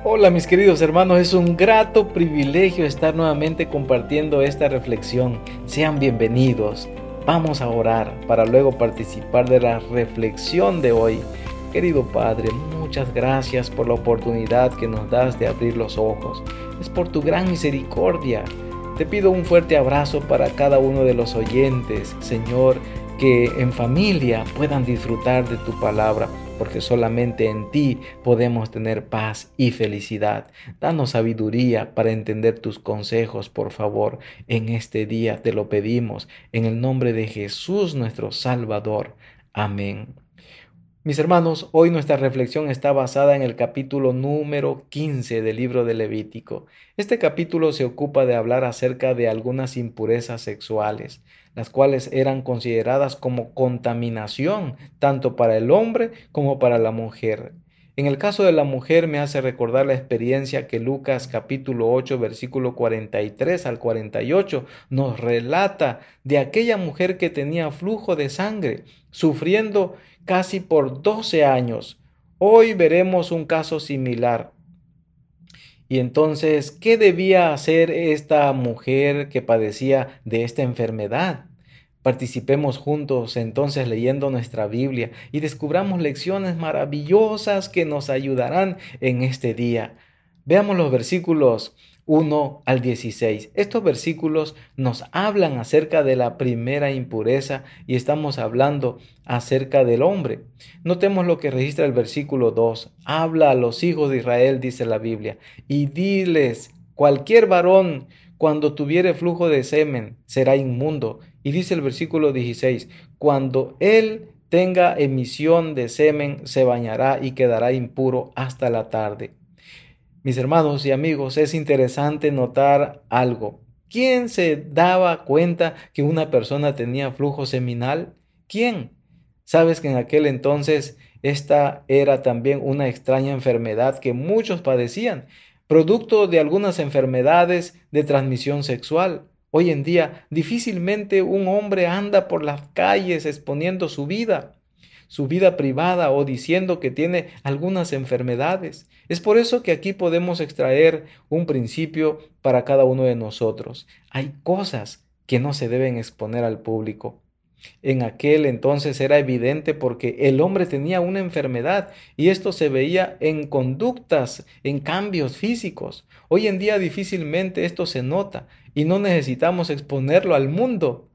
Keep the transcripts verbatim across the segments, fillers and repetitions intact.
Hola mis queridos hermanos, es un grato privilegio estar nuevamente compartiendo esta reflexión. Sean bienvenidos. Vamos a orar para luego participar de la reflexión de hoy. Querido Padre, muchas gracias por la oportunidad que nos das de abrir los ojos. Es por tu gran misericordia. Te pido un fuerte abrazo para cada uno de los oyentes, Señor, que en familia puedan disfrutar de tu palabra, porque solamente en ti podemos tener paz y felicidad. Danos sabiduría para entender tus consejos, por favor. En este día te lo pedimos, en el nombre de Jesús nuestro Salvador. Amén. Mis hermanos, hoy nuestra reflexión está basada en el capítulo número quince del libro de Levítico. Este capítulo se ocupa de hablar acerca de algunas impurezas sexuales, las cuales eran consideradas como contaminación tanto para el hombre como para la mujer. En el caso de la mujer me hace recordar la experiencia que Lucas capítulo ocho versículo cuarenta y tres al cuarenta y ocho nos relata de aquella mujer que tenía flujo de sangre, sufriendo casi por doce años. Hoy veremos un caso similar. Y entonces, ¿qué debía hacer esta mujer que padecía de esta enfermedad? Participemos juntos entonces leyendo nuestra Biblia y descubramos lecciones maravillosas que nos ayudarán en este día. Veamos los versículos uno al dieciséis. Estos versículos nos hablan acerca de la primera impureza y estamos hablando acerca del hombre. Notemos lo que registra el versículo dos. Habla a los hijos de Israel, dice la Biblia, y diles: cualquier varón cuando tuviere flujo de semen será inmundo. Y dice el versículo dieciséis, cuando él tenga emisión de semen se bañará y quedará impuro hasta la tarde. Mis hermanos y amigos, es interesante notar algo. ¿Quién se daba cuenta que una persona tenía flujo seminal? ¿Quién? Sabes que en aquel entonces esta era también una extraña enfermedad que muchos padecían, producto de algunas enfermedades de transmisión sexual. Hoy en día difícilmente un hombre anda por las calles exponiendo su vida, su vida privada o diciendo que tiene algunas enfermedades. Es por eso que aquí podemos extraer un principio para cada uno de nosotros. Hay cosas que no se deben exponer al público. En aquel entonces era evidente porque el hombre tenía una enfermedad y esto se veía en conductas, en cambios físicos. Hoy en día difícilmente esto se nota y no necesitamos exponerlo al mundo.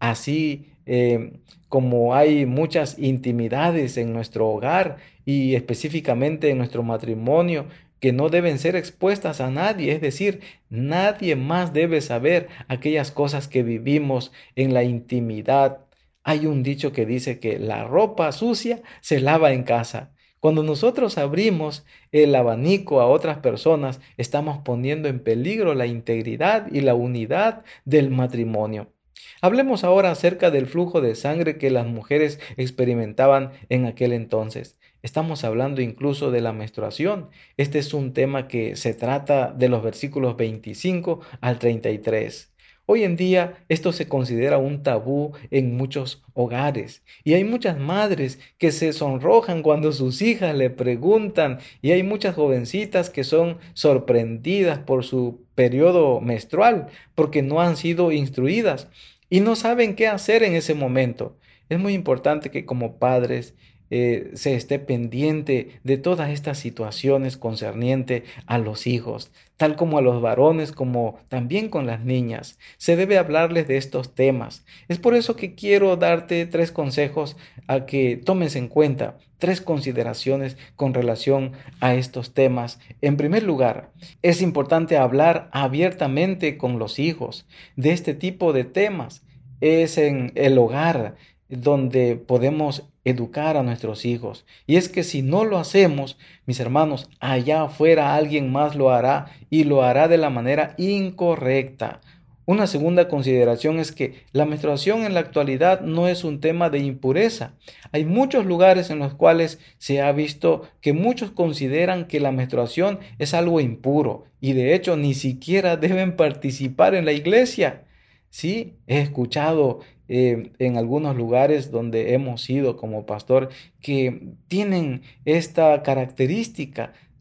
Así eh, como hay muchas intimidades en nuestro hogar y específicamente en nuestro matrimonio que no deben ser expuestas a nadie, es decir, nadie más debe saber aquellas cosas que vivimos en la intimidad. Hay un dicho que dice que la ropa sucia se lava en casa. Cuando nosotros abrimos el abanico a otras personas, estamos poniendo en peligro la integridad y la unidad del matrimonio. Hablemos ahora acerca del flujo de sangre que las mujeres experimentaban en aquel entonces. Estamos hablando incluso de la menstruación. Este es un tema que se trata de los versículos veinticinco al treinta y tres. Hoy en día esto se considera un tabú en muchos hogares y hay muchas madres que se sonrojan cuando sus hijas le preguntan y hay muchas jovencitas que son sorprendidas por su periodo menstrual porque no han sido instruidas y no saben qué hacer en ese momento. Es muy importante que como padres eh, se esté pendiente de todas estas situaciones concerniente a los hijos, tal como a los varones, como también con las niñas. Se debe hablarles de estos temas. Es por eso que quiero darte tres consejos a que tomes en cuenta, tres consideraciones con relación a estos temas. En primer lugar, es importante hablar abiertamente con los hijos de este tipo de temas. Es en el hogar donde podemos educar a nuestros hijos. Y es que si no lo hacemos, mis hermanos, allá afuera alguien más lo hará y lo hará de la manera incorrecta. Una segunda consideración es que la menstruación en la actualidad no es un tema de impureza. Hay muchos lugares en los cuales se ha visto que muchos consideran que la menstruación es algo impuro y de hecho ni siquiera deben participar en la iglesia. Sí, he escuchado eh, en algunos lugares donde hemos ido como pastor que tienen esta característica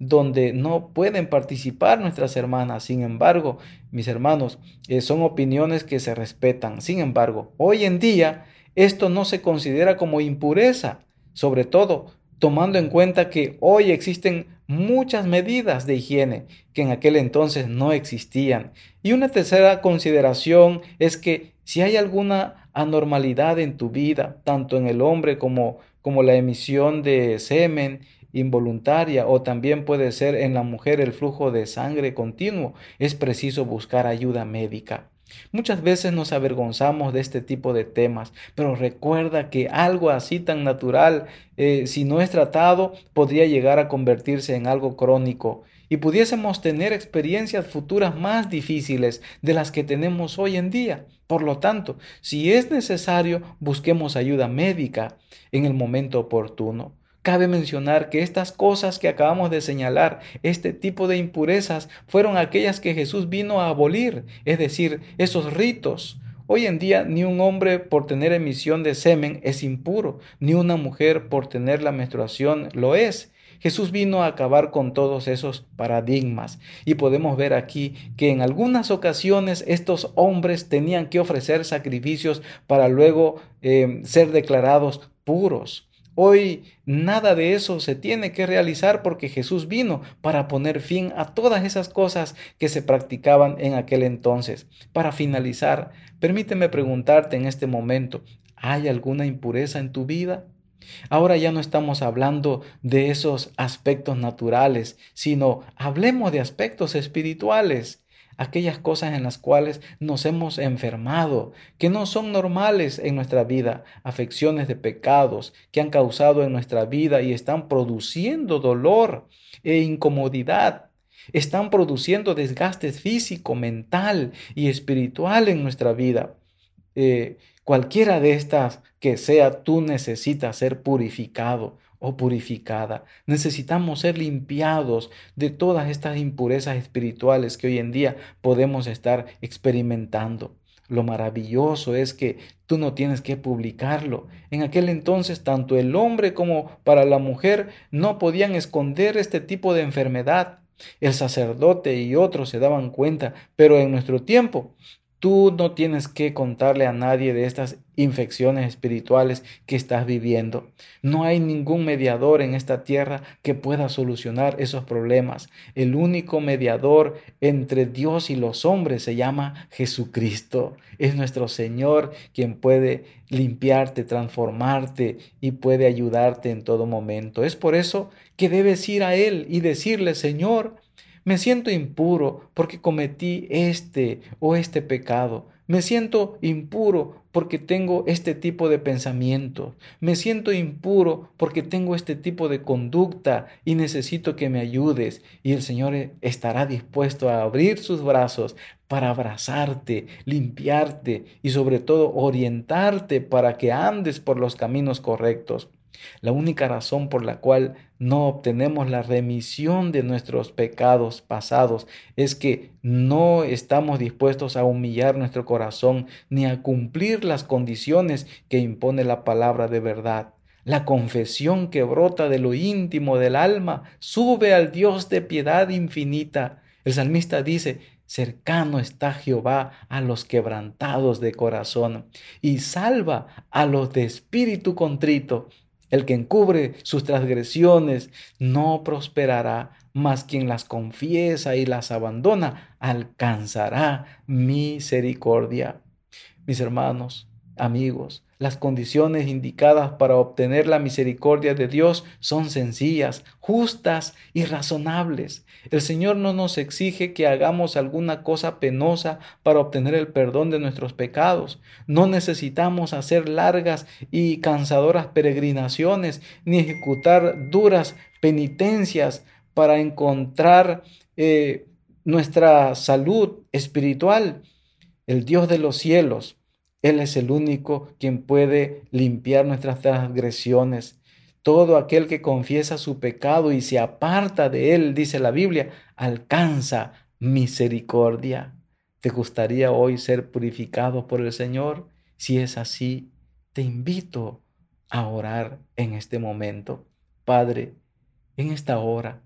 donde no pueden participar nuestras hermanas. Sin embargo, mis hermanos, eh, son opiniones que se respetan. Sin embargo, hoy en día esto no se considera como impureza, sobre todo tomando en cuenta que hoy existen muchas medidas de higiene que en aquel entonces no existían. Y una tercera consideración es que si hay alguna anormalidad en tu vida, tanto en el hombre como, como la emisión de semen involuntaria, o también puede ser en la mujer el flujo de sangre continuo, es preciso buscar ayuda médica. Muchas veces nos avergonzamos de este tipo de temas, pero recuerda que algo así tan natural, eh, si no es tratado, podría llegar a convertirse en algo crónico y pudiésemos tener experiencias futuras más difíciles de las que tenemos hoy en día. Por lo tanto, si es necesario, busquemos ayuda médica en el momento oportuno. Cabe mencionar que estas cosas que acabamos de señalar, este tipo de impurezas, fueron aquellas que Jesús vino a abolir, es decir, esos ritos. Hoy en día ni un hombre por tener emisión de semen es impuro, ni una mujer por tener la menstruación lo es. Jesús vino a acabar con todos esos paradigmas y podemos ver aquí que en algunas ocasiones estos hombres tenían que ofrecer sacrificios para luego eh, ser declarados puros. Hoy nada de eso se tiene que realizar porque Jesús vino para poner fin a todas esas cosas que se practicaban en aquel entonces. Para finalizar, permíteme preguntarte en este momento, ¿hay alguna impureza en tu vida? Ahora ya no estamos hablando de esos aspectos naturales, sino hablemos de aspectos espirituales, aquellas cosas en las cuales nos hemos enfermado, que no son normales en nuestra vida, afecciones de pecados que han causado en nuestra vida y están produciendo dolor e incomodidad. Están produciendo desgaste físico, mental y espiritual en nuestra vida. Eh, cualquiera de estas que sea, tú necesitas ser purificado o purificada. Necesitamos ser limpiados de todas estas impurezas espirituales que hoy en día podemos estar experimentando. Lo maravilloso es que tú no tienes que publicarlo. En aquel entonces, tanto el hombre como para la mujer no podían esconder este tipo de enfermedad. El sacerdote y otros se daban cuenta, pero en nuestro tiempo tú no tienes que contarle a nadie de estas infecciones espirituales que estás viviendo. No hay ningún mediador en esta tierra que pueda solucionar esos problemas. El único mediador entre Dios y los hombres se llama Jesucristo. Es nuestro Señor quien puede limpiarte, transformarte y puede ayudarte en todo momento. Es por eso que debes ir a Él y decirle, Señor, me siento impuro porque cometí este o este pecado. Me siento impuro porque tengo este tipo de pensamiento. Me siento impuro porque tengo este tipo de conducta y necesito que me ayudes. Y el Señor estará dispuesto a abrir sus brazos para abrazarte, limpiarte y sobre todo orientarte para que andes por los caminos correctos. La única razón por la cual no obtenemos la remisión de nuestros pecados pasados es que no estamos dispuestos a humillar nuestro corazón ni a cumplir las condiciones que impone la palabra de verdad. La confesión que brota de lo íntimo del alma sube al Dios de piedad infinita. El salmista dice, cercano está Jehová a los quebrantados de corazón y salva a los de espíritu contrito. El que encubre sus transgresiones no prosperará, mas quien las confiesa y las abandona alcanzará misericordia. Mis hermanos, amigos, las condiciones indicadas para obtener la misericordia de Dios son sencillas, justas y razonables. El Señor no nos exige que hagamos alguna cosa penosa para obtener el perdón de nuestros pecados. No necesitamos hacer largas y cansadoras peregrinaciones ni ejecutar duras penitencias para encontrar eh, nuestra salud espiritual. El Dios de los cielos, Él es el único quien puede limpiar nuestras transgresiones. Todo aquel que confiesa su pecado y se aparta de él, dice la Biblia, alcanza misericordia. ¿Te gustaría hoy ser purificado por el Señor? Si es así, te invito a orar en este momento. Padre, en esta hora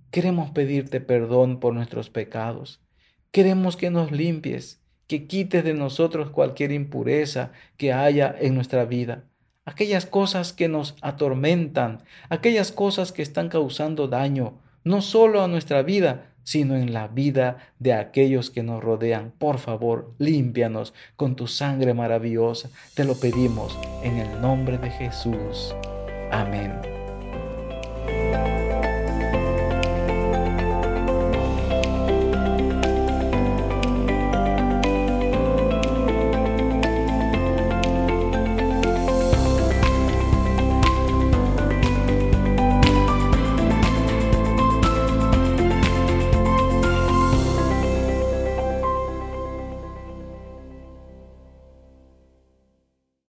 Queremos pedirte perdón por nuestros pecados. Queremos que nos limpies, que quites de nosotros cualquier impureza que haya en nuestra vida. Aquellas cosas que nos atormentan, aquellas cosas que están causando daño, no solo a nuestra vida, sino en la vida de aquellos que nos rodean. Por favor, límpianos con tu sangre maravillosa. Te lo pedimos en el nombre de Jesús. Amén.